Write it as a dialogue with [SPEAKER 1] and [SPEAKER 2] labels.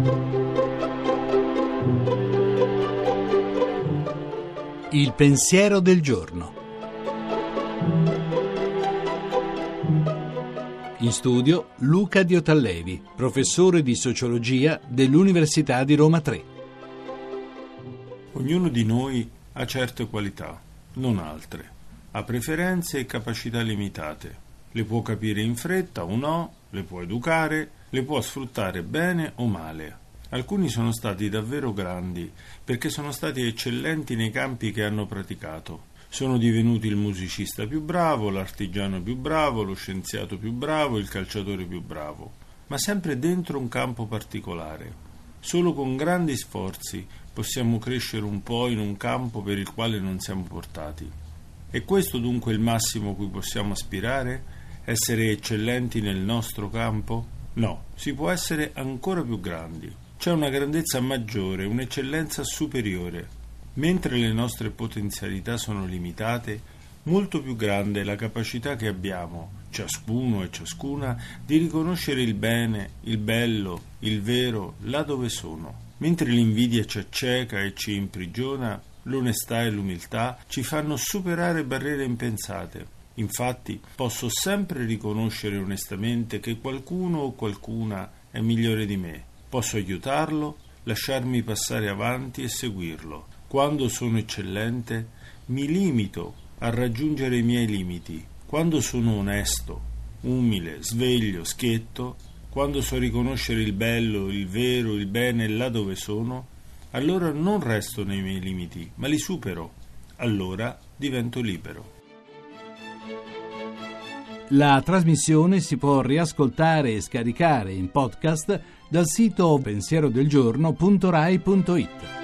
[SPEAKER 1] Il pensiero del giorno. In studio Luca Diotallevi, professore di sociologia dell'Università di Roma III.
[SPEAKER 2] Ognuno di noi ha certe qualità, non altre. Ha preferenze e capacità limitate. Le può capire in fretta o no, le può educare, le può sfruttare bene o male. Alcuni sono stati davvero grandi perché sono stati eccellenti nei campi che hanno praticato. Sono divenuti il musicista più bravo, l'artigiano più bravo, lo scienziato più bravo, il calciatore più bravo, ma sempre dentro un campo particolare. Solo con grandi sforzi possiamo crescere un po' in un campo per il quale non siamo portati. È questo dunque il massimo cui possiamo aspirare? Essere eccellenti nel nostro campo? No, si può essere ancora più grandi. C'è una grandezza maggiore, un'eccellenza superiore. Mentre le nostre potenzialità sono limitate, molto più grande è la capacità che abbiamo, ciascuno e ciascuna, di riconoscere il bene, il bello, il vero, là dove sono. Mentre l'invidia ci acceca e ci imprigiona, l'onestà e l'umiltà ci fanno superare barriere impensate. Infatti, posso sempre riconoscere onestamente che qualcuno o qualcuna è migliore di me. Posso aiutarlo, lasciarmi passare avanti e seguirlo. Quando sono eccellente, mi limito a raggiungere i miei limiti. Quando sono onesto, umile, sveglio, schietto, quando so riconoscere il bello, il vero, il bene là dove sono, allora non resto nei miei limiti, ma li supero. Allora divento libero.
[SPEAKER 1] La trasmissione si può riascoltare e scaricare in podcast dal sito pensierodelgiorno.rai.it.